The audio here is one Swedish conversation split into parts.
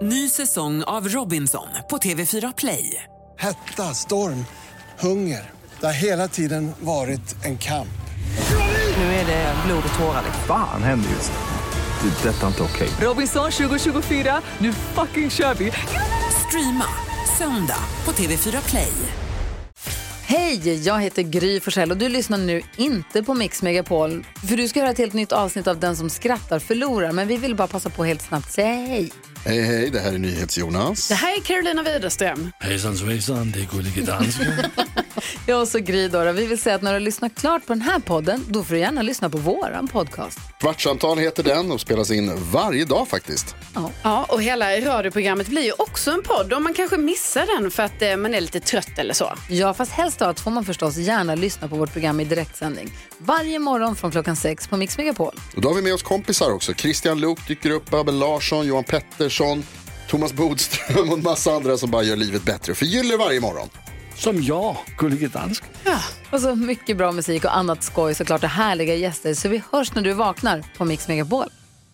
Ny säsong av Robinson på TV4 Play. Hetta, storm, hunger. Det har hela tiden varit en kamp. Nu är det blod och tårar. Fan händer just nu. Det. Detta är inte okej. Robinson 2024, nu fucking kör vi. Streama söndag på TV4 Play. Hej, jag heter Gry Forssell och du lyssnar nu inte på Mix Megapol. För du ska höra ett helt nytt avsnitt av Den som skrattar förlorar. Men vi vill bara passa på helt snabbt. Säg hej. Hej, hej, det här är NyhetsJonas. Det här är Carolina Widerström. Hejsan svejsan, det är Gullige Dansken. Jag och så Gry då. Vi vill säga att när du lyssnar klart på den här podden, då får du gärna lyssna på våran podcast. Kvartsamtal heter den och spelas in varje dag faktiskt. Ja, och hela radioprogrammet blir ju också en podd om man kanske missar den för att man är lite trött eller så. Ja, fast helst av får man förstås gärna lyssna på vårt program i direktsändning. Varje morgon från 6:00 på Mix Megapol. Och då har vi med oss kompisar också. Christian Luuk dyker upp, Abel Larsson, Johan Pettersson, Thomas Bodström och en massa andra som bara gör livet bättre. Förgyller varje morgon. Som jag, Gullige Dansken. Ja, och så mycket bra musik och annat skoj, såklart, och härliga gäster. Så vi hörs när du vaknar på Mix Megapol.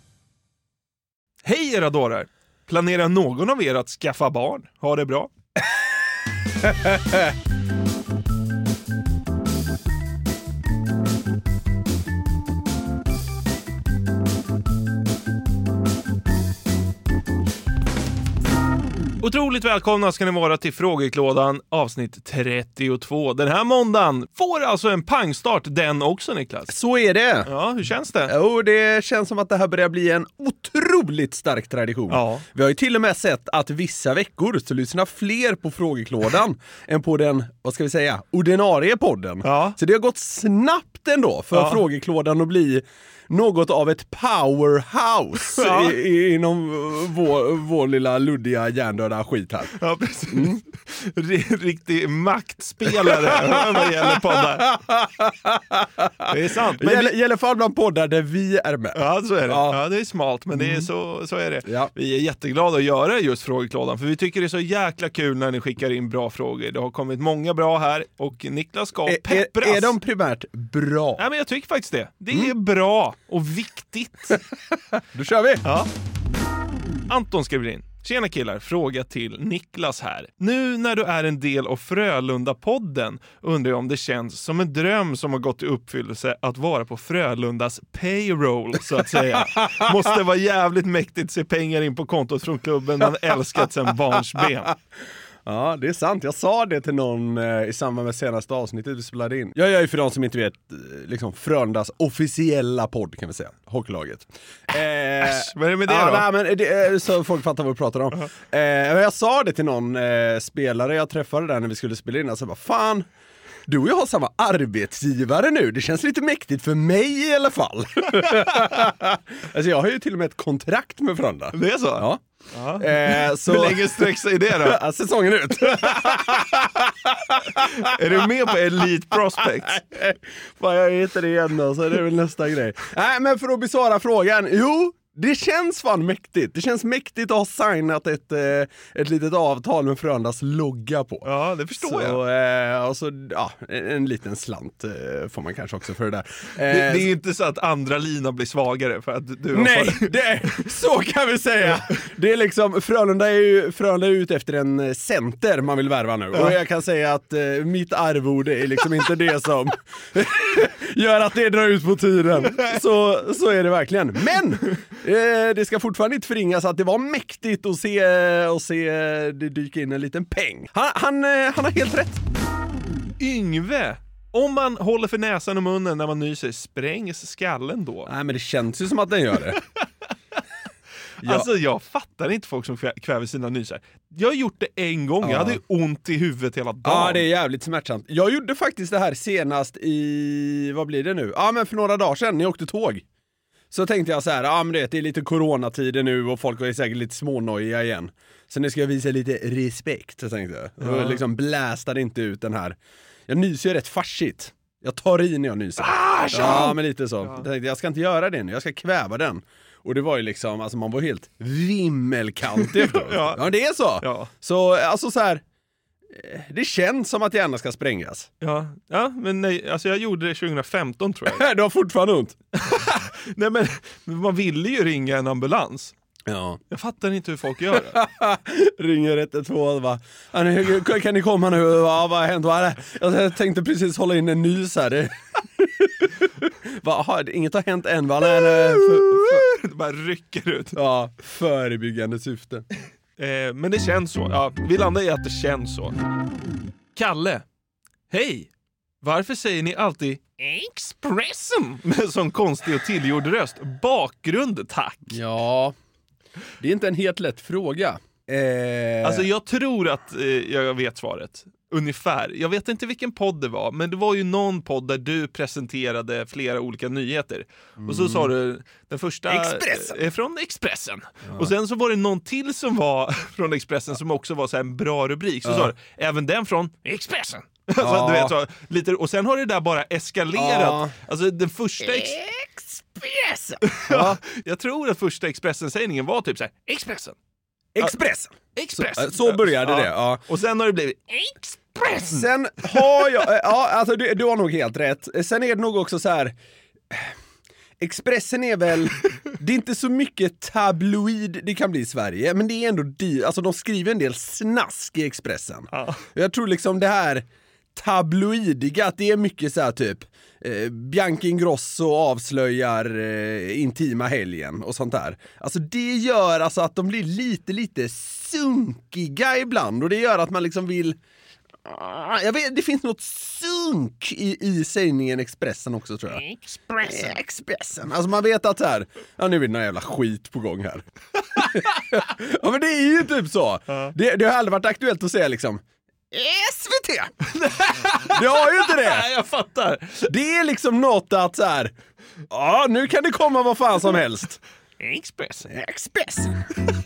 Hej era dårar! Planerar någon av er att skaffa barn? Ha det bra? Otroligt välkomna ska ni vara till Frågeklådan avsnitt 32. Den här måndagen får alltså en pangstart den också, Niklas. Så är det. Ja, hur känns det? Jo, det känns som att det här börjar bli en otroligt stark tradition. Ja. Vi har ju till och med sett att vissa veckor så lyssnar fler på Frågeklådan än på den, vad ska vi säga, ordinarie podden. Ja. Så det har gått snabbt ändå för Frågeklådan att bli något av ett powerhouse inom vår lilla luddiga hjärndöda skit här. Ja, precis. Riktig maktspelare vad gäller poddar. Det är sant. Men det gäller fall bland poddar där vi är med. Ja, så är det. Ja, det är smalt, men det är så är det. Ja. Vi är jätteglada att göra just Frågeklådan, för vi tycker det är så jäkla kul när ni skickar in bra frågor. Det har kommit många bra här och Niklas ska peppras. Är de primärt bra? Ja, men jag tycker faktiskt det. Det är bra och viktigt. Då kör vi! Ja. Anton skriver in. Tjena killar, fråga till Niklas här. Nu när du är en del av Frölunda-podden undrar jag om det känns som en dröm som har gått i uppfyllelse att vara på Frölundas payroll, så att säga. Måste vara jävligt mäktigt att se pengar in på kontot från klubben man älskat sedan barnsben. Ja, det är sant. Jag sa det till någon i samband med senaste avsnittet vi spelade in. Jag gör ju, för de som inte vet, liksom Frölundas officiella podd, kan vi säga. Hockeylaget. Vad är det med det då? Nej, men så folk fattar vad vi pratar om. Jag sa det till någon spelare jag träffade där när vi skulle spela in. Alltså bara, fan, du och jag har samma arbetsgivare nu. Det känns lite mäktigt för mig i alla fall. Alltså jag har ju till och med ett kontrakt med Frölunda. Det är så? Ja. Så... Hur länge sträcks sig det då? Säsongen ut. Är du med på Elite Prospects? Fan, jag heter det igen då, så det är väl nästa grej. Nej, men för att besvara frågan, jo, det känns fan mäktigt. Det känns mäktigt att ha signat ett litet avtal med Frölundas logga på. Ja, det förstår jag. Och så, ja, en liten slant får man kanske också för det där. Det är inte så att andra lina blir svagare för att du... Nej, så kan vi säga. Det är liksom, Frölunda är ute efter en center man vill värva nu. Ja. Och jag kan säga att mitt arvode är liksom inte det som gör att det drar ut på tiden. Så är det verkligen. Men det ska fortfarande inte förringas att det var mäktigt att se det dyka in en liten peng. Han har helt rätt. Yngve, om man håller för näsan och munnen när man nyser, sprängs skallen då? Nej, men det känns ju som att den gör det. Alltså jag fattar inte folk som kväver sina nysar. Jag har gjort det en gång, jag hade ont i huvudet hela dagen. Ja, det är jävligt smärtsamt. Jag gjorde faktiskt det här senast i, vad blir det nu? Ja, men för några dagar sedan när jag åkte tåg. Så tänkte jag så här, men det är lite coronatider nu och folk är säkert lite smånojiga igen. Så nu ska jag visa lite respekt, så tänkte jag. Och liksom blästade inte ut den här. Jag nyser ju rätt farsigt. Jag tar i när jag nyser. Ja, men lite så. Jag tänkte, jag ska inte göra det nu, jag ska kväva den. Och det var ju liksom, alltså man var helt vimmelkantig efteråt. Ja, det är så. Ja. Så, alltså så här, det känns som att hjärnan ska sprängas. Ja, men nej, alltså jag gjorde det 2015 tror jag. Du har fortfarande ont. Nej, men man ville ju ringa en ambulans. Ja. Jag fattar inte hur folk gör. Ringer 112 och bara, kan ni komma nu? Vad har hänt? Jag tänkte precis hålla in en nys här. Inget har hänt än, va? Det bara rycker ut. Ja, förebyggande syfte. Men det känns så. Ja, vi landar i att det känns så. Kalle. Hej. Varför säger ni alltid Expressen med sån konstig och tillgjord röst? Bakgrund, tack. Ja, det är inte en helt lätt fråga. Alltså jag tror att jag vet svaret. Ungefär. Jag vet inte vilken podd det var, men det var ju någon podd där du presenterade flera olika nyheter. Och så sa du den första från Expressen. Ja. Och sen så var det någon till som var från Expressen som också var så här en bra rubrik. Så sa du, även den från Expressen. Så, du vet, så, lite, och sen har det där bara eskalerat. Alltså den första Expressen. Ja, jag tror att första Expressen-sägningen var typ så här, Expressen. Så började det, ja. Och sen har det blivit Expressen. Sen har jag, alltså du har nog helt rätt. Sen är det nog också så här. Expressen är väl, det är inte så mycket tabloid det kan bli i Sverige, men det är ändå alltså de skriver en del snask i Expressen. Ja. Jag tror liksom det här tabloidiga, att det är mycket så här typ Bianca Ingrosso avslöjar intima helgen och sånt där. Alltså det gör alltså att de blir lite sunkiga ibland, och det gör att man liksom vill, jag vet, det finns något sunk i sägningen Expressen också, tror jag. Expressen. Alltså man vet att så här, ja, nu är det någon jävla skit på gång här. Ja, men det är ju typ så. Det har aldrig varit aktuellt att säga liksom SVT. Det har ju inte det. Nej, jag fattar. Det är liksom något att så här, ja, nu kan det komma vad fan som helst. Expressen.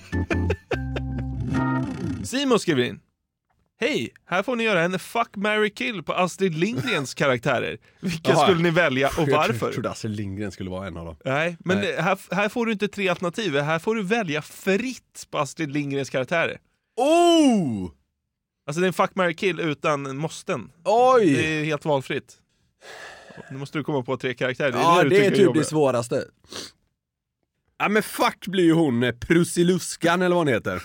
Simon skriver in. Hej, här får ni göra en fuck, marry, kill på Astrid Lindgrens karaktärer. Vilka skulle ni välja och varför? Jag trodde Astrid Lindgren skulle vara en av dem. Nej, men här får du inte 3 alternativ. Här får du välja fritt på Astrid Lindgrens karaktärer. Oh! Alltså det är en fuck, marry, kill utan måsten. Oj! Det är helt valfritt. Nu måste du komma på 3 karaktärer. Det är typ det svåraste. Ja, men fuck blir ju hon Prussiluskan eller vad hon heter.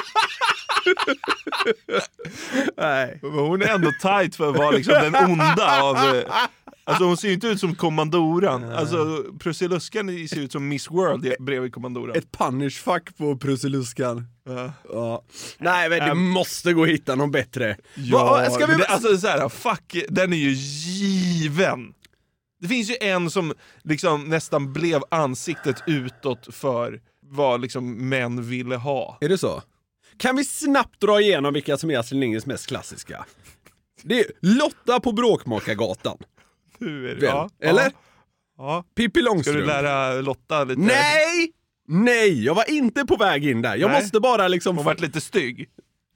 Nej. Hon är ändå tight för att vara liksom den onda av... Alltså hon ser ju inte ut som kommandoran. Alltså Prussiluskan ser ut som Miss World bredvid kommandoran. Ett punish fuck på Prussiluskan. Ja. Nej, men det måste gå att hitta någon bättre. Ja, alltså så här, fuck, den är ju given. Det finns ju en som liksom nästan blev ansiktet utåt för vad liksom män ville ha. Är det så? Kan vi snabbt dra igenom vilka som är Astrid Lindgrens mest klassiska? Det är Lotta på Bråkmakargatan. Nu är det, ja. Eller? Ja. Pippi Långstrump. Ska du lära Lotta lite? Nej, jag var inte på väg in där. Jag måste bara liksom... Hon varit lite stygg.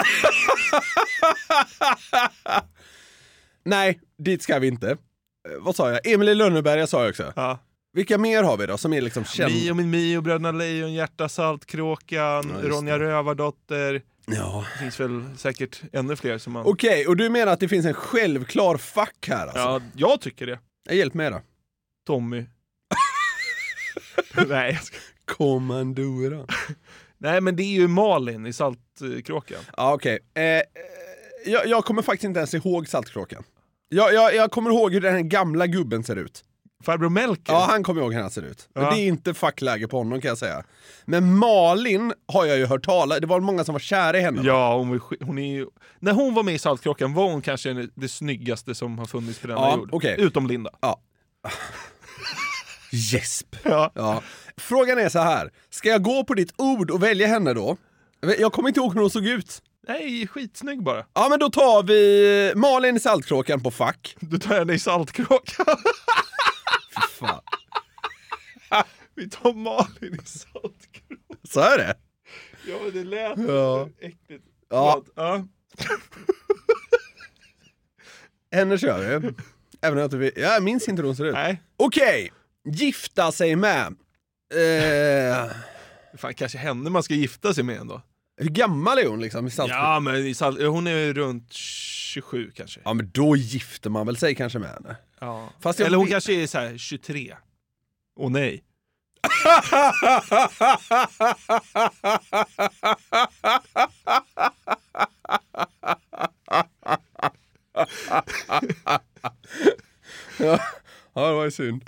Nej, dit ska vi inte. Vad sa jag? Emil i Lönneberga sa jag också. Ja. Vilka mer har vi då som är liksom känd? Mio min Mio, Bröderna Lejon, Hjärta Saltkråkan, Ronja Rövardotter. Ja. Det finns väl säkert ännu fler som man... Okej, och du menar att det finns en självklar fuck här alltså? Ja, jag tycker det. Hjälp mig då. Tommy. Nej, jag ska... Kommandora. Nej, men det är ju Malin i Saltkråkan. Ja, okej. Jag kommer faktiskt inte ens ihåg Saltkråkan. Jag kommer ihåg hur den här gamla gubben ser ut. Farbror Melker? Ja, han kommer ihåg hur han ser ut. Men det är inte fuckläge på honom, kan jag säga. Men Malin har jag ju hört tala. Det var många som var kära i henne. Ja, hon är ju... När hon var med i Saltkråkan var hon kanske det snyggaste som har funnits på denna jord. Okay. Utom Linda. Ja. Jesp. Ja. Frågan är så här. Ska jag gå på ditt ord och välja henne då? Jag kommer inte ihåg hur hon såg ut. Nej, skitsnygg bara. Ja, men då tar vi Malin i Saltkråkan på fuck. Du tar henne i Saltkråkan. Fy fan. Vi tar Malin i Saltkråkan. Så är det? Ja, men det lät äckligt. Ja. Ja. Henne kör vi. Även om jag minns inte hur hon ser ut. Nej. Okej. Gifta sig med. Fan, kanske henne man ska gifta sig med ändå. Hur gammal är hon liksom i Saltkråkan? Ja, men hon är runt 27 kanske. Ja, men då gifter man väl sig kanske med henne. Ja. Fast eller hon kanske är så här 23. Åh nej. Ja, det var ju synd.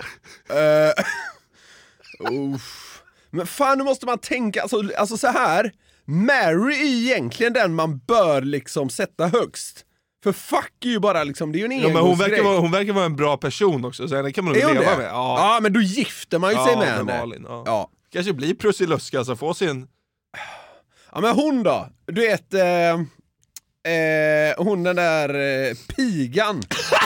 Men fan, nu måste man tänka, alltså så här. Mary är egentligen den man bör liksom sätta högst. För fuck är ju bara liksom, det är ju en engångsgrej. Men hon verkar vara en bra person också, så henne kan man nog leva med. Ja, men då gifter man ju sig med henne. Malin, ja. Kanske blir Prussiluska, alltså få sin... Ja, men hon då? Du vet, hon den där pigan.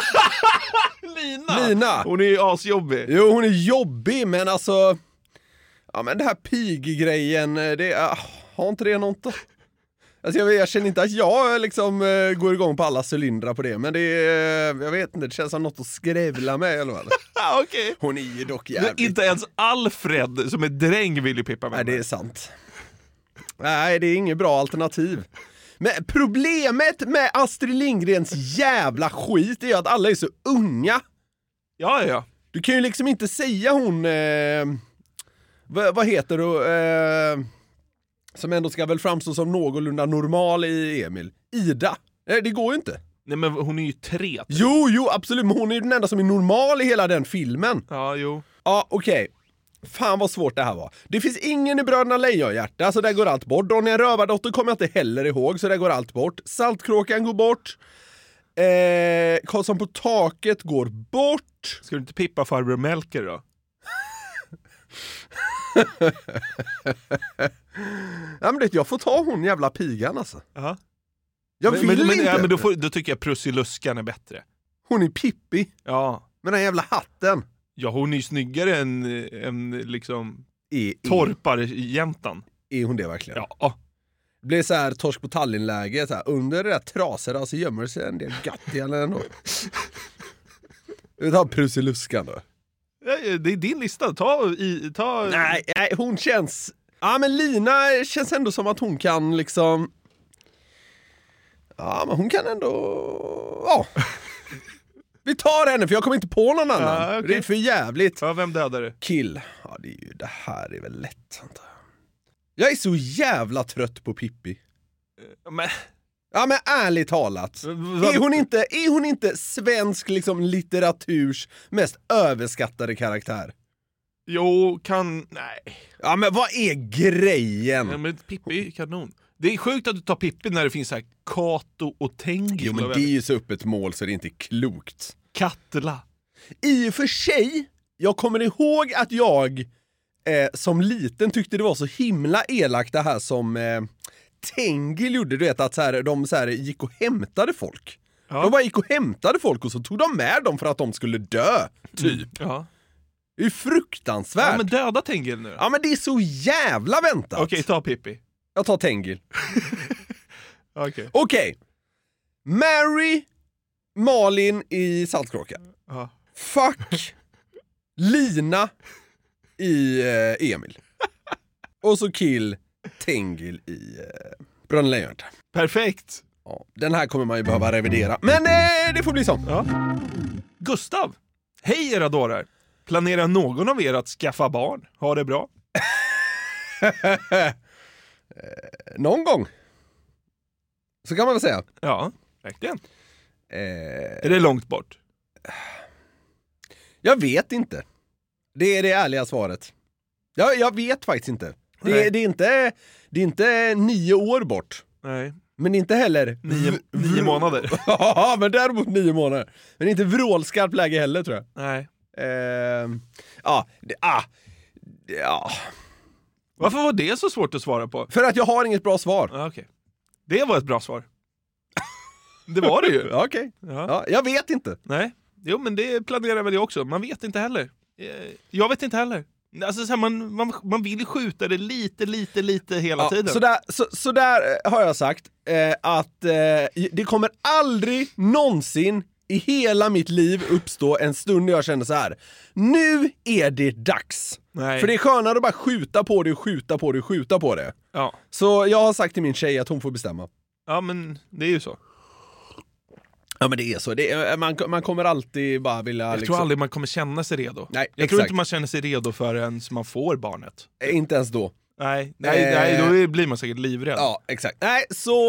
Lina. Hon är ju asjobbig. Jo, hon är jobbig, men alltså... Ja, men det här pig-grejen, det har inte det något då? Alltså jag känner inte att jag liksom går igång på alla cylindrar på det, men det är, jag vet inte, det känns som något att skrävla med eller vad. Okay. Hon är ju dock jävligt. Men inte ens Alfred som är dräng vill ju pippa med. Nej, det är sant. Nej, det är inget bra alternativ. Men problemet med Astrid Lindgrens jävla skit är ju att alla är så unga. Ja. Du kan ju liksom inte säga hon... vad heter du? Som ändå ska väl framstå som någorlunda normal i Emil. Ida. Det går ju inte. Nej, men hon är ju 3. Jo, absolut. Men hon är ju den enda som är normal i hela den filmen. Ja, jo. Ja, okej. Fan vad svårt det här var. Det finns ingen i Bröderna Lejonhjärta, så där går allt bort. Donny Rövardotter kommer jag inte heller ihåg, så där går allt bort. Saltkråkan går bort. Karlsson på taket går bort. Ska du inte pippa farbror Melker då? Ja, men jag får ta hon jävla pigan alltså. Aha. Jag vill inte. Ja, men då tycker jag Prussiluskan är bättre. Hon är Pippi. Ja. Med den jävla hatten. Ja, hon är ju snyggare än liksom torparjäntan. Är hon det verkligen? Ja. Det blir så här torsk på Tallinn-läge så här, under det där trasor, alltså gömmer sig en del gatti eller ändå. Vi tar Prussiluskan då. Det är din lista. Ta... Nej, hon känns... Ja, men Lina känns ändå som att hon kan liksom... Ja, men hon kan ändå... Ja. Vi tar henne, för jag kommer inte på någon annan. Ja, okay. Det är för jävligt. Ja, vem dödar du? Kill. Ja, det här är väl lätt. Jag är så jävla trött på Pippi. Men... Ja, men ärligt talat. Är hon inte svensk liksom litteraturs mest överskattade karaktär? Jo, nej. Ja, men vad är grejen? Ja, men Pippi är kanon. Det är sjukt att du tar Pippi när det finns så här Kato och Tengil. Jo, men det är ju så upp ett mål så det är inte klokt. Katla. I och för sig, jag kommer ihåg att jag som liten tyckte det var så himla elakt det här som Tengil gjorde. Du vet att de gick och hämtade folk. Ja. De bara gick och hämtade folk och så tog de med dem för att de skulle dö, typ. Ja. Det är fruktansvärt. Ja, men döda Tengil nu då. Ja, men det är så jävla väntat. Okej, ta Pippi. Jag tar Tengil. Okej. Mary Malin i Saltkråkan. Fuck Lina i Emil. Och så kill Tengil i Bröderna Lejonhjärta. Perfekt. Ja, den här kommer man ju behöva revidera. Men det får bli så. Ja. Gustav. Hej era dårar. Planerar någon av er att skaffa barn? Ha det bra? Någon gång. Så kan man väl säga. Ja, verkligen. Är det långt bort? Jag vet inte. Det är det ärliga svaret. Jag vet faktiskt inte. Det är inte 9 år bort. Nej. Men inte heller 9 månader. Ja, men däremot 9 månader. Men inte vrålskarpt läge heller, tror jag. Nej. Ja. Varför var det så svårt att svara på? För att jag har inget bra svar. Ja, okej. Det var ett bra svar. Det var det ju. Okej. Ja, jag vet inte. Nej. Jo, men det planerar väl jag också. Man vet inte heller. Jag vet inte heller. Alltså, så här, man vill skjuta det lite hela tiden. Så där har jag sagt att det kommer aldrig någonsin i hela mitt liv uppstå en stund när jag känner så här: nu är det dags. Nej. För det är skönare att bara skjuta på det. Ja. Så jag har sagt till min tjej att hon får bestämma. Ja, men det är ju så. Ja, men det är så. Man kommer alltid bara vilja... Jag tror aldrig man kommer känna sig redo. Nej, jag tror inte man känner sig redo förrän man får barnet. Inte ens då. Nej, då blir man säkert livrädd. Ja, exakt. Nej, så...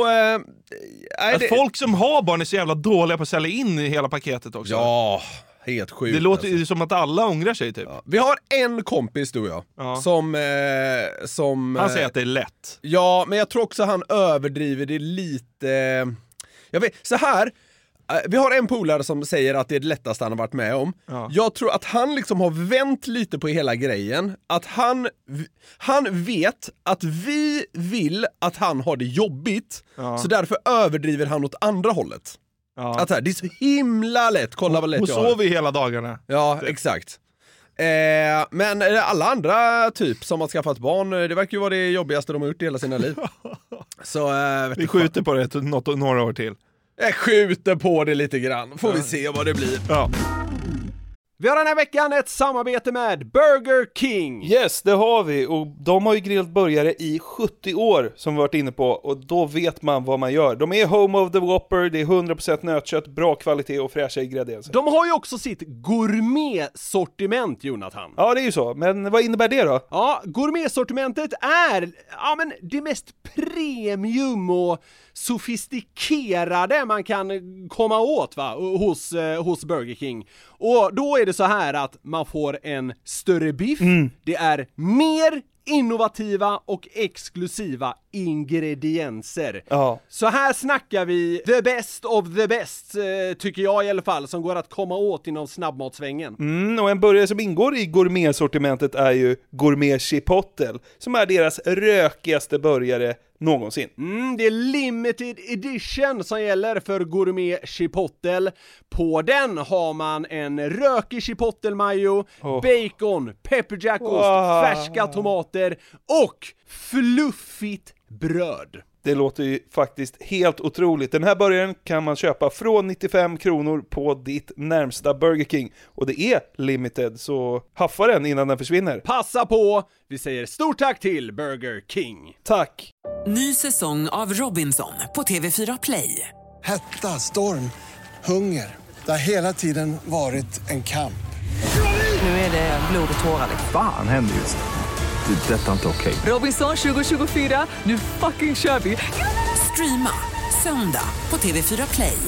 Folk som har barn är så jävla dåliga på att sälja in i hela paketet också. Ja, helt sjukt. Det låter som att alla ångrar sig typ. Ja. Vi har en kompis, du och jag, som... Han säger att det är lätt. Ja, men jag tror också han överdriver det lite... Jag vet, så här... Vi har en polare som säger att det är det lättaste han har varit med om. Ja. Jag tror att han liksom har vänt lite på hela grejen. Att han vet att vi vill att han har det jobbigt. Ja. Så därför överdriver han åt andra hållet. Ja. Att det är så himla lätt. Kolla vad lätt jag har. Och sover hela dagarna. Ja, exakt. Men alla andra typ som har skaffat barn, det verkar ju vara det jobbigaste de har gjort i hela sina liv. Så, vi skjuter på det några år till. Jag skjuter på det lite grann. Får vi se vad det blir. Ja. Vi har den här veckan ett samarbete med Burger King. Yes, det har vi. Och de har ju grillat burgare i 70 år som vi varit inne på. Och då vet man vad man gör. De är home of the Whopper, det är 100% nötkött, bra kvalitet och fräscha ingredienser. De har ju också sitt gourmet-sortiment, Jonathan. Ja, det är ju så. Men vad innebär det då? Ja, gourmet-sortimentet är det mest premium och sofistikerade man kan komma åt hos Burger King. Och då är det så här att man får en större biff, det är mer innovativa och exklusiva ingredienser. Ja. Så här snackar vi the best of the best, tycker jag i alla fall, som går att komma åt inom snabbmatsvängen. Och en burgare som ingår i gourmetsortimentet är ju Gourmet Chipotle, som är deras rökigaste burgare någonsin. Det är limited edition som gäller för Gourmet Chipotle. På den har man en rökig chipotle mayo, bacon, pepperjackost, färska tomater och fluffigt bröd. Det låter ju faktiskt helt otroligt. Den här burgaren kan man köpa från 95 kronor på ditt närmsta Burger King. Och det är limited, så haffa den innan den försvinner. Passa på! Vi säger stort tack till Burger King. Tack! Ny säsong av Robinson på TV4 Play. Hetta, storm, hunger. Det har hela tiden varit en kamp. Nu är det blod och tårar. Fan händer just det. Detta är inte okej. Robinson 2024, nu fucking kör vi. Streama söndag på TV4 Play.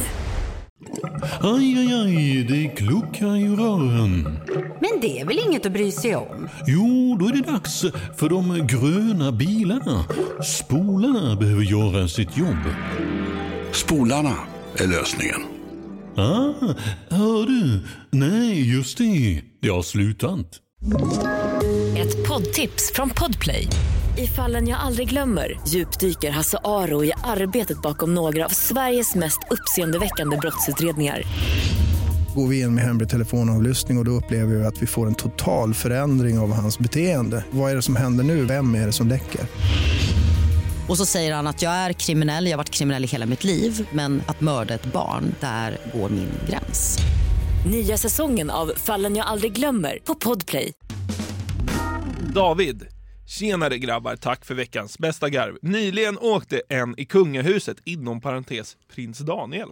Aj, det kluckar i rören. Men det är väl inget att bry sig om? Jo, då är det dags för de gröna bilarna. Spolarna behöver göra sitt jobb. Spolarna är lösningen. Hör du? Nej, just det. Det har slutat. Ett poddtips från Podplay. I Fallen jag aldrig glömmer djupdyker Hasse Aro i arbetet bakom några av Sveriges mest uppseendeväckande brottsutredningar. Går vi in med hemlig telefonavlyssning och då upplever vi att vi får en total förändring av hans beteende. Vad är det som händer nu? Vem är det som läcker? Och så säger han att jag är kriminell, jag har varit kriminell i hela mitt liv. Men att mörda ett barn, där går min gräns. Nya säsongen av Fallen jag aldrig glömmer på Podplay. David, tjenare grabbar, tack för veckans bästa garv. Nyligen åkte en i kungahuset, inom parentes prins Daniel,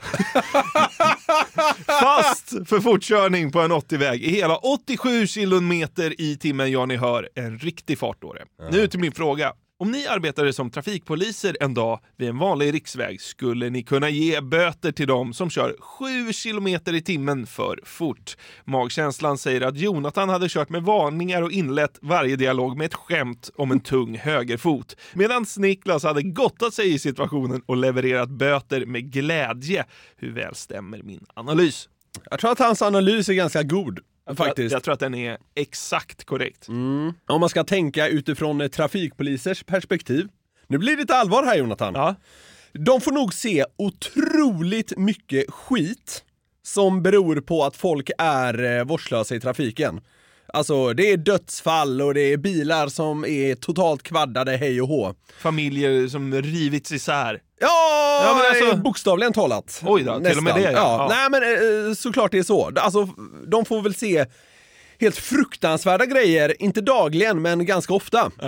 fast för fortkörning på en 80-väg i hela 87 kilometer i timmen. Ja, ni hör, en riktig fartåre. Nu till min fråga. Om ni arbetade som trafikpoliser en dag vid en vanlig riksväg, skulle ni kunna ge böter till dem som kör 7 kilometer i timmen för fort? Magkänslan säger att Jonathan hade kört med varningar och inlett varje dialog med ett skämt om en tung högerfot, medan Niklas hade gottat sig i situationen och levererat böter med glädje. Hur väl stämmer min analys? Jag tror att hans analys är ganska god. Jag tror att den är exakt korrekt. Om man ska tänka utifrån trafikpolisers perspektiv. Nu blir det lite allvar här, Jonathan. Ja. De får nog se otroligt mycket skit som beror på att folk är vårdslösa i trafiken. Alltså, det är dödsfall och det är bilar som är totalt kvaddade, hej och hå. Familjer som rivits isär. Ja, men alltså, bokstavligen talat. Oj då, till och med det. Ja. Nej, men såklart det är så. Alltså, de får väl se helt fruktansvärda grejer, inte dagligen, men ganska ofta. Ja.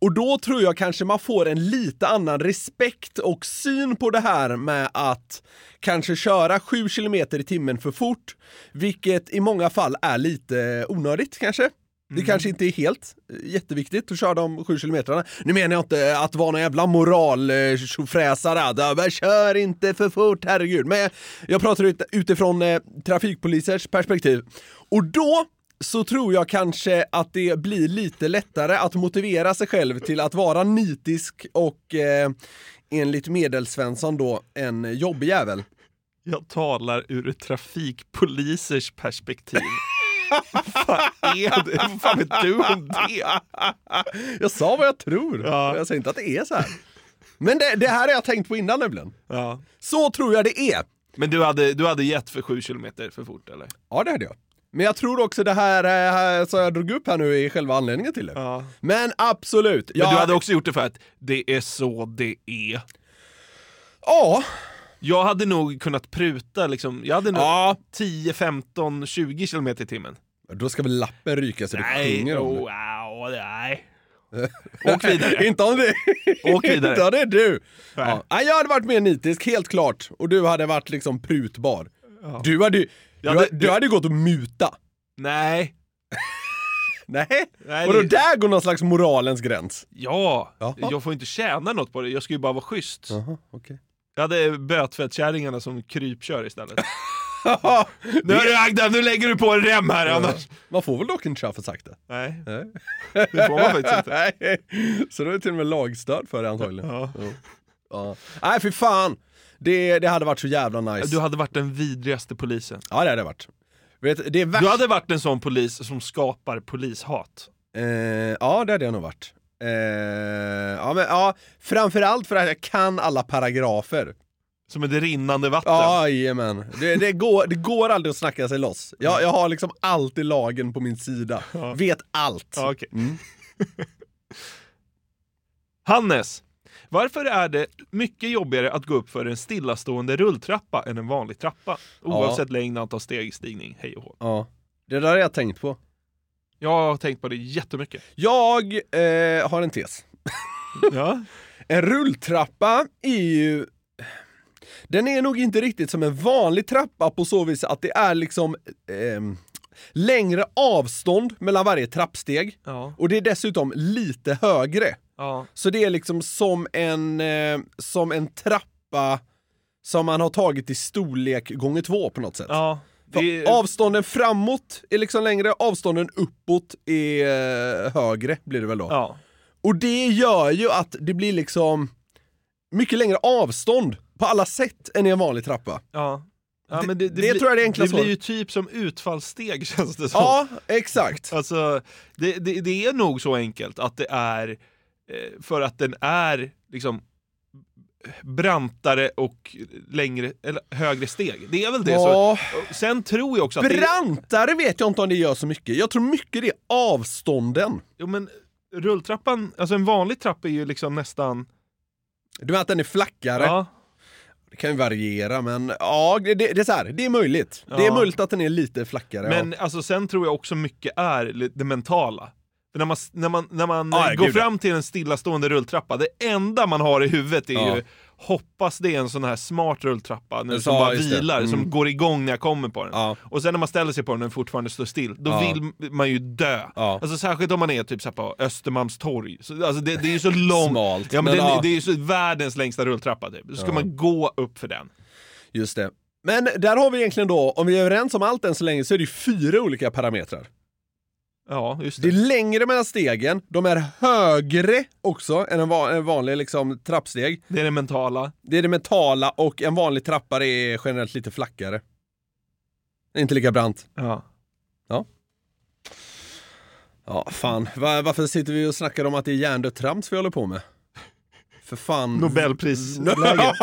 Och då tror jag kanske man får en lite annan respekt och syn på det här med att kanske köra 7 kilometer i timmen för fort, vilket i många fall är lite onödigt kanske. Det kanske inte är helt jätteviktigt att köra de 7 kilometrarna. Nu menar jag inte att vara någon jävla moraltjofräsare. Kör inte för fort, herregud. Men jag pratar utifrån trafikpolisers perspektiv. Och då så tror jag kanske att det blir lite lättare att motivera sig själv till att vara nitisk och enligt Medelsvensson då en jobbjävel. Jag talar ur trafikpolisers perspektiv. Vad är det? Vad fan vet du om det? Jag sa vad jag tror. Ja. Jag säger inte att det är så här. Men det här har jag tänkt på innan nämligen. Ja. Så tror jag det är. Men du hade gett för 7 kilometer för fort, eller? Ja, det hade jag. Men jag tror också det här så jag drog upp här nu är själva anledningen till det. Ja. Men absolut. Men du hade också gjort det för att det är så det är. Ja. Jag hade nog kunnat pruta liksom. Jag hade nog 10, 15, 20 kilometer i timmen. Då ska väl lappen ryka så det sjunger om det. Nej. Åk vidare. Inte om det. Åk vidare. Inte om det är du. Ja. Jag hade varit mer nitisk, helt klart. Och du hade varit liksom prutbar. Ja. Du hade gått och muta. Nej. Nej. Och då där går någon slags moralens gräns. Ja. Jag får inte tjäna något på det. Jag ska ju bara vara schysst. Okay. Jag hade bötfettkärringarna som krypkör istället. Nu är du Agda, nu lägger du på en rem här annars. Man får väl dock inte köra för sakta. Nej. Det får man faktiskt inte. Nej. Så då är det till och med lagstöd för det antagligen. Ja. Nej, för fan. Det hade varit så jävla nice. Du hade varit den vidrigaste polisen. Ja, det hade varit. Vet, det är Du hade varit en sån polis som skapar polishat. Ja, det hade jag nog varit. Framförallt för att jag kan alla paragrafer. Som ett rinnande vatten. Jajamän. Det går aldrig att snacka sig loss. Jag har liksom alltid lagen på min sida. Vet allt. Okay. Hannes, varför är det mycket jobbigare att gå upp för en stillastående rulltrappa än en vanlig trappa? Oavsett längd, antal stegstigning, hej och hå. Ja, det där har jag tänkt på. Jag har tänkt på det jättemycket. Jag har en tes. Ja. En rulltrappa är ju... Den är nog inte riktigt som en vanlig trappa på så vis att det är liksom längre avstånd mellan varje trappsteg. Ja. Och det är dessutom lite högre. Ja. Så det är liksom som en trappa som man har tagit i storlek gånger 2 på något sätt. Ja. Avstånden framåt är liksom längre, avstånden uppåt är högre blir det väl då. Ja. Och det gör ju att det blir liksom mycket längre avstånd på alla sätt än i en vanlig trappa. Ja. Ja, men det tror jag är det enklaste. Det blir ju typ som utfallssteg, känns det som. Ja, exakt. Alltså, det är nog så enkelt att det är för att den är liksom brantare och längre eller högre steg. Det är väl det. Ja. Så. Sen tror jag också att brantare vet jag inte om det gör så mycket. Jag tror mycket det är avstånden. Jo, men rulltrappan, alltså en vanlig trappa är ju liksom nästan... Du vet att den är flackare. Ja. Det kan ju variera, men ja, det är så här, det är möjligt. Ja. Det är möjligt att den är lite flackare. Men alltså, sen tror jag också mycket är det mentala. För när man går fram till en stillastående rulltrappa, det enda man har i huvudet är ju hoppas det är en sån här smart rulltrappa nu, som bara vilar, som går igång när jag kommer på den. Ja. Och sen när man ställer sig på den och den fortfarande står still, då vill man ju dö. Ja. Alltså särskilt om man är typ så här på Östermalmstorg. Så, alltså det är ju så långt. Smalt. Ja, men det är ju så världens längsta rulltrappa typ. Så ska man gå upp för den. Just det. Men där har vi egentligen då, om vi är överens om allt än så länge, så är det 4 olika parametrar. Ja, just det. Det är längre mellan stegen, de är högre också än en vanlig liksom, trappsteg. Det är det mentala. Det är det mentala, och en vanlig trappa är generellt lite flackare. Inte lika brant. Ja. Ja, fan. Varför sitter vi och snackar om att det är hjärndött trams vi håller på med? För fan. Nobelprisläge.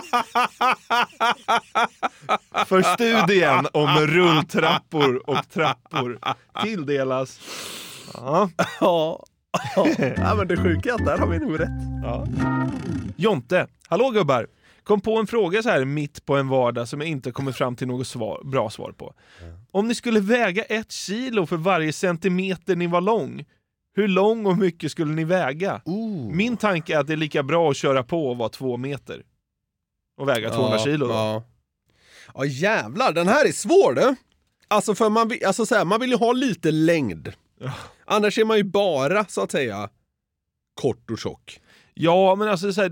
För studien om rulltrappor och trappor tilldelas. Ja, men det sjuka är att där har vi nog rätt. Ja. Jonte, hallå gubbar. Kom på en fråga så här mitt på en vardag som jag inte kommer fram till något bra svar på. Om ni skulle väga 1 kilo för varje centimeter ni var lång, Hur lång och mycket skulle ni väga? Min tanke är att det är lika bra att köra på och vara 2 meter. Och väga 200 kilo. Ja, jävlar, den här är svår det. Alltså för man vill ju ha lite längd. Ja. Annars är man ju bara, så att säga, kort och tjock. Ja, men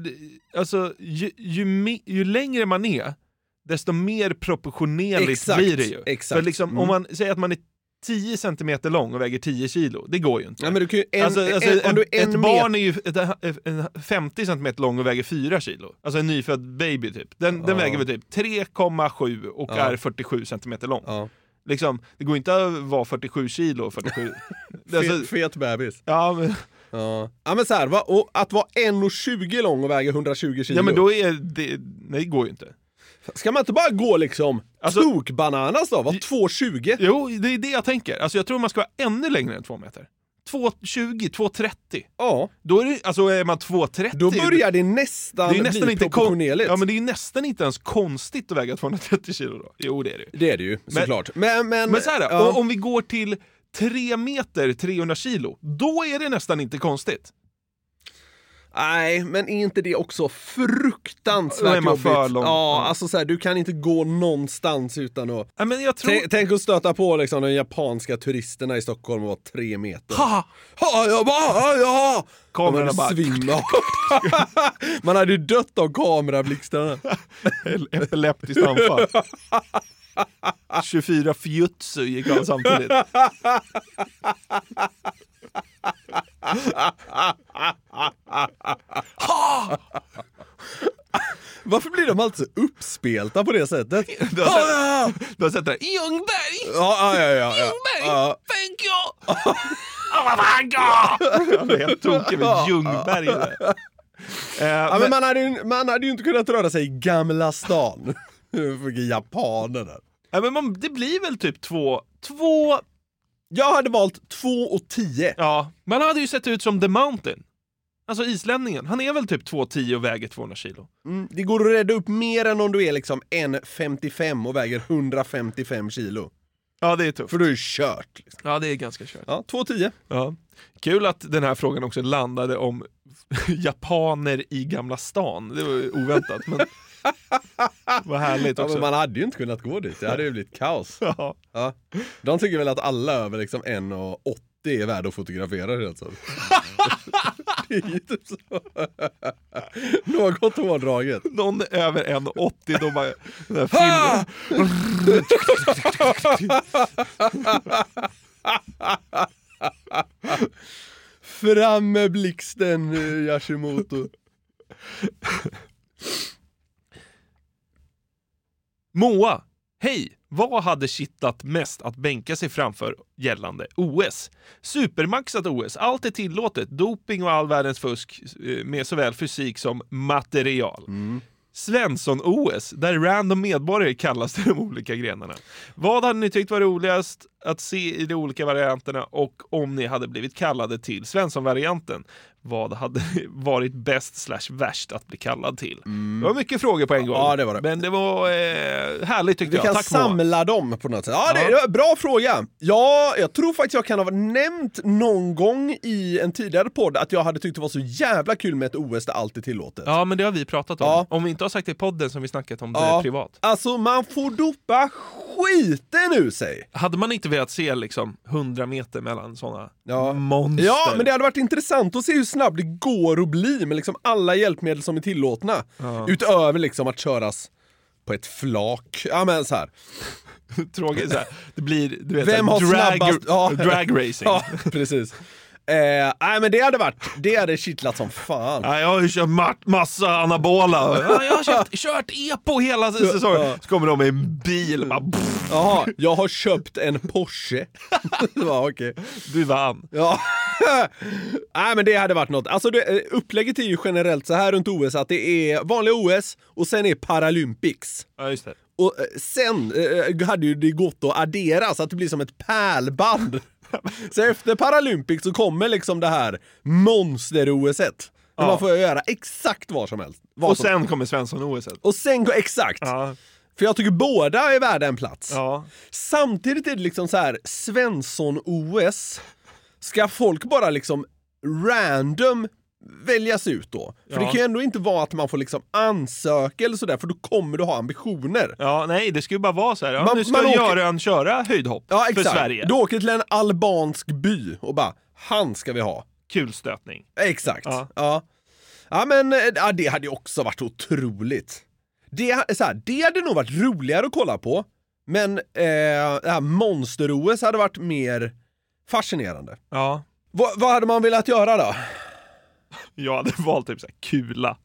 ju längre man är, desto mer proportionerligt blir det ju. Exakt. För liksom, om man säger att man är 10 centimeter lång och väger 10 kilo, det går ju inte. Ja, men du kan ju ett barn är ju 50 centimeter lång och väger 4 kilo. Alltså en nyfödd baby typ. Den väger väl typ 3,7 och är 47 centimeter lång. Ja. Liksom, det går inte att vara 47 kilo och 47. Fet bebis. Ja, men... Ja, men så här, att vara 1,20 lång och väga 120 kilo. Ja, men då är det... Nej, det går ju inte. Ska man inte bara gå liksom tokbananas då? Var 2,20? Jo, det är det jag tänker. Alltså jag tror man ska vara ännu längre än 2 meter. 2,20, 2,30. Ja. Då är det, alltså är man 2,30. Då börjar det nästan bli inte proportionerligt. Ja, men det är ju nästan inte ens konstigt att väga 230 kilo då. Jo, det är det. Det är det ju, såklart. Men så här, om vi går till 3 meter, 300 kilo, då är det nästan inte konstigt. Nej, men är inte det också fruktansvärt jobbigt? För lång. Ja, alltså så här, du kan inte gå någonstans utan att... Ja, men jag tror... Tänk att stöta på liksom de japanska turisterna i Stockholm och vara 3 meter. Ja! Kamerorna bara... svimma. Man hade ju dött av kamerablixtarna. Epileptiskt anfall. 24 fjutsu gick han samtidigt. Varför blir de alltid så uppspelta på det sättet? Du har sett det? Ljungberg! Ja. Ljungberg! Thank you! Jag var helt tokig med Ljungberg. Men man hade ju inte kunnat röra sig i Gamla stan. För japaner där. Ja, men det blir väl typ 2... Jag hade valt 2,10. Ja, man hade ju sett ut som The Mountain. Alltså islänningen. Han är väl typ 2,10 och väger 200 kilo. Det går att rädda upp mer än om du är liksom 1,55 och väger 155 kilo. Ja, det är tufft. För du är kört. Liksom. Ja, det är ganska kört. Ja, 2,10. Ja. Kul att den här frågan också landade om japaner i Gamla stan. Det var oväntat, men... Vad härligt också. Ja, men man hade ju inte kunnat gå dit. Det hade ju blivit kaos. Ja. De tycker väl att alla över liksom 1,80 är värda att fotografera. Alltså. Det är ju typ så. Något hårdraget. Någon över 1,80 då bara... Fram med blixten, Yashimoto. Moa, hej! Vad hade kittlat mest att bänka sig framför gällande OS? Supermaxat OS, allt är tillåtet, doping och all världens fusk med såväl fysik som material. Svensson-OS, där random medborgare kallas till de olika grenarna. Vad hade ni tyckt var roligast att se i de olika varianterna, och om ni hade blivit kallade till Svensson-varianten, vad hade varit bäst / värst att bli kallad till? Det var mycket frågor på en gång. Ja, det var det. Men det var härligt tyckte jag. Vi kan Tack, samla dem på något sätt. Ja, det var bra fråga. Ja, jag tror faktiskt jag kan ha nämnt någon gång i en tidigare podd att jag hade tyckt det var så jävla kul med ett OS där allt är tillåtet. Ja, men det har vi pratat om. Ja. Om vi inte har sagt det i podden som vi snackat om det privat. Alltså, man får dopa skiten ur sig. Hade man inte velat se liksom 100 meter mellan sådana monster? Ja, men det hade varit intressant att se hur snabbt det går att bli med liksom alla hjälpmedel som är tillåtna. Utöver liksom att köras på ett flak. Ja, men så här. Tråkigt så här. Det blir, du vet, vem har snabbast drag racing. Ja, precis. Nej, men det hade kittlat som fan. Ja, jag har ju kört massa anabola. Jag har kört EPO hela säsongen. Så kommer de med en bil. Jaha, jag har köpt en Porsche. Ja, okej. Du vann. Ja. Nej, men det hade varit något. Alltså upplägget är ju generellt så här runt OS att det är vanliga OS och sen är Paralympics. Ja, just det. Och sen hade ju det gått att addera så att det blir som ett pärlband. Så efter Paralympics så kommer liksom det här monster-OS-et. Där man får göra exakt vad som helst. Sen kommer Svensson-OS-et. Och sen exakt. Ja. För jag tycker båda är värda en plats. Ja. Samtidigt är det liksom så här Svensson-OS Ska folk bara liksom random väljas ut då? För det kan ju ändå inte vara att man får liksom ansöka eller sådär, för då kommer du ha ambitioner. Ja, nej, det skulle bara vara så här. Nu ska köra höjdhopp för Sverige. Du åker till en albansk by och bara, han ska vi ha. Kulstötning. Exakt. Ja, men det hade ju också varit otroligt. Det hade nog varit roligare att kolla på. Men det här Monster-OS hade varit mer fascinerande. Ja. Vad hade man velat göra då? Jag hade valt typ så här kula.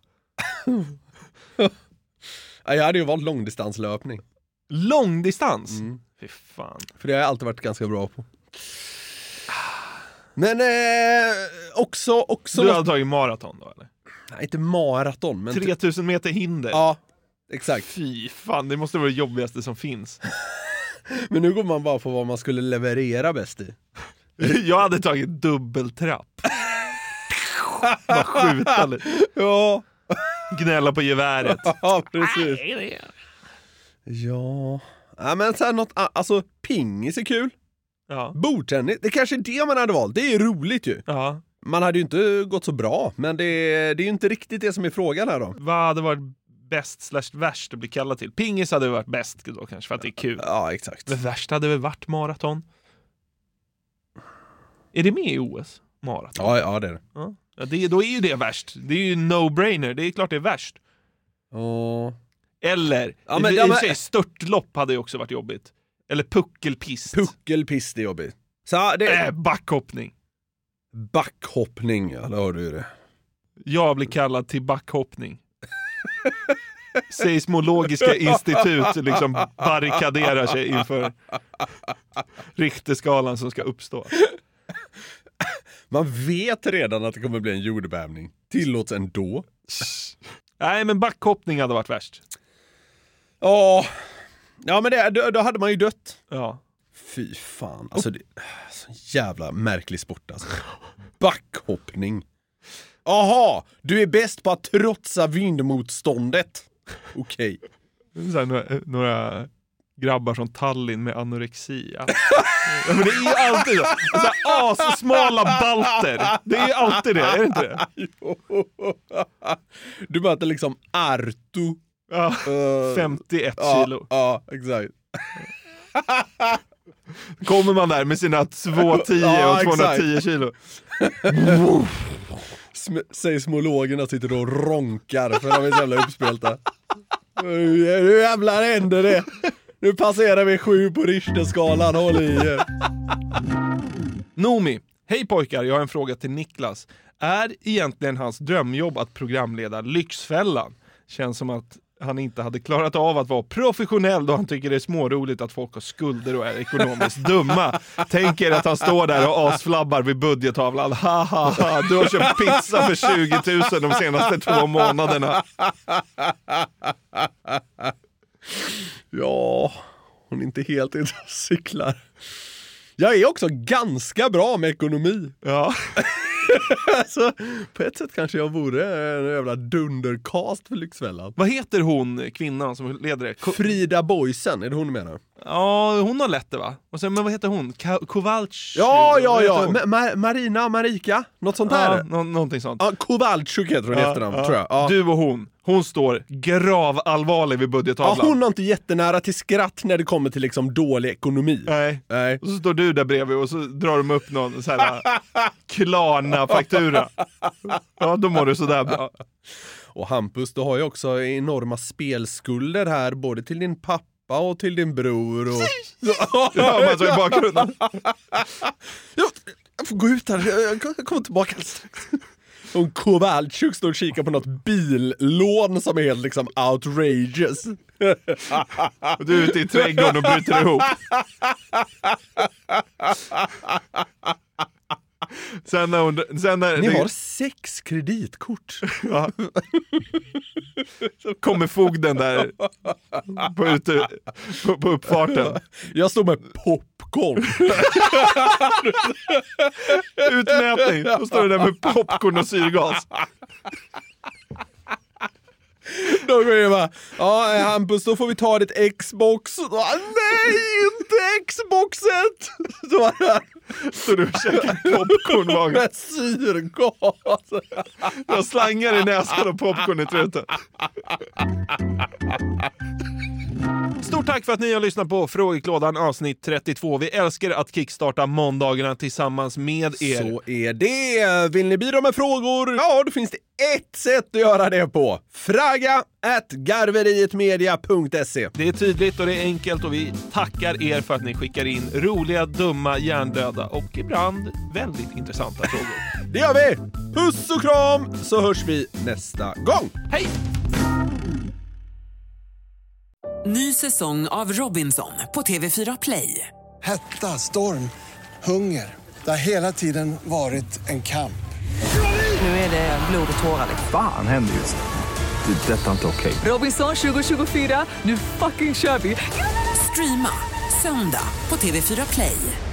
Jag hade ju valt långdistanslöpning. Långdistans? Fy fan. För det har jag alltid varit ganska bra på. Men också... Du hade tagit maraton då, eller? Nej, inte maraton, men... 3000 meter hinder. Ja, exakt. Fy fan, det måste vara det jobbigaste som finns. Men nu går man bara på vad man skulle leverera bäst i. Jag hade tagit dubbeltrapp. Bara skjuta lite. Ja. Gnälla på geväret. Ja, precis. Ja, men så här något, alltså pingis är kul. Ja. Bordtennis, det kanske är det man hade valt. Det är roligt ju. Ja. Man hade ju inte gått så bra, men det är ju inte riktigt det som är frågan här då. Vad hade varit bäst/värst att bli kallad till? Pingis hade varit bäst då kanske, för att det är kul. Ja, exakt. Det värsta hade väl varit maraton. Är det med i OS? Maraton? Ja, det är det. Ja. Då är ju det värst. Det är ju no-brainer. Det är klart det är värst. Eller störtlopp hade ju också varit jobbigt. Eller puckelpist. Puckelpist är jobbigt. Så det backhoppning. Backhoppning, ja, då har du det. Jag blir kallad till backhoppning. Seismologiska institut liksom barrikaderar sig inför Richterskalan som ska uppstå. Man vet redan att det kommer bli en jordbävning. Tillåts ändå. Nej, men backhoppning hade varit värst. Ja, men då hade man ju dött. Ja. Fy fan. Alltså det är så jävla märklig sport alltså. Backhoppning. Aha, du är bäst på att trotsa vindmotståndet. Okej. Några grabbar från Tallinn med anorexia. Ja, men det är ju alltid så smala balter. Det är ju alltid det, är det inte det? Du möter liksom Arto. 51 kilo. Ja, exakt. Kommer man där med sina 210 och 210 kilo. Seismologerna sitter och ronkar för de är så jävla uppspelta. Nu jävlar händer det. Nu passerar vi 7 på Richterskalan. Håll i er. Nomi, hej pojkar, jag har en fråga till Niklas. Är egentligen hans drömjobb att programleda Lyxfällan? Känns som att han inte hade klarat av att vara professionell då han tycker det är småroligt att folk har skulder och är ekonomiskt dumma. Tänk er att han står där och asflabbar vid budgettavlan. Haha, du har köpt pizza för 20 000 de senaste 2 månaderna. Ja, hon är inte helt ute och cyklar. Jag är också ganska bra med ekonomi. Ja. Alltså, på ett sätt kanske jag vore en jävla dundercast för Lyxfällan. Vad heter hon, kvinnan som leder det? Frida Boysen, är det hon du menar? Ja, hon har lätt det va? Och sen, men vad heter hon? Kowalczyk? Ja. Marika, något sånt här. Ja, någonting sånt. Ja, Kowalczyk heter hon i efternamn, tror jag. Ja. Du och hon står gravallvarlig vid budgettavlan. Ja, hon är inte jättenära till skratt när det kommer till liksom dålig ekonomi. Nej. Och så står du där bredvid och så drar de upp någon så här Klarna-faktura. Ja, då mår du sådär bra. Och Hampus, du har ju också enorma spelskulder här, både till din pappa och till din bror. Och... Ja, men så i bakgrunden. Jag får gå ut här, jag kommer tillbaka strax. Och Kowalczyk står och kikar på något billån som är helt liksom outrageous. Och du är ute i trädgården och bryter ihop. Ni har 6 kreditkort. Ja. Kommer fogden där på uppfarten. Jag står med popcorn. Utmätning. Då står du där med popcorn och syrgas. Då går det bara, ja Hampus, då får vi ta ditt Xbox. Nej, inte Xboxet! Så du käkar popcorn med syrgas. Jag slangar i näsan och popcorn i truten. Stort tack för att ni har lyssnat på Frågeklådan avsnitt 32. Vi älskar att kickstarta måndagarna tillsammans med er. Så är det. Vill ni bidra med frågor? Ja, då finns det ett sätt att göra det på. fraga@garverietmedia.se. Det är tydligt och det är enkelt och vi tackar er för att ni skickar in roliga, dumma, hjärndöda och ibland väldigt intressanta frågor. Det gör vi! Puss och kram, så hörs vi nästa gång. Hej! Ny säsong av Robinson på TV4 Play. Hetta, storm, hunger. Det har hela tiden varit en kamp. Nu är det blod och tårar. Fan händer just det. Det är detta inte okej. Robinson 2024, nu fucking kör vi. Streama söndag på TV4 Play.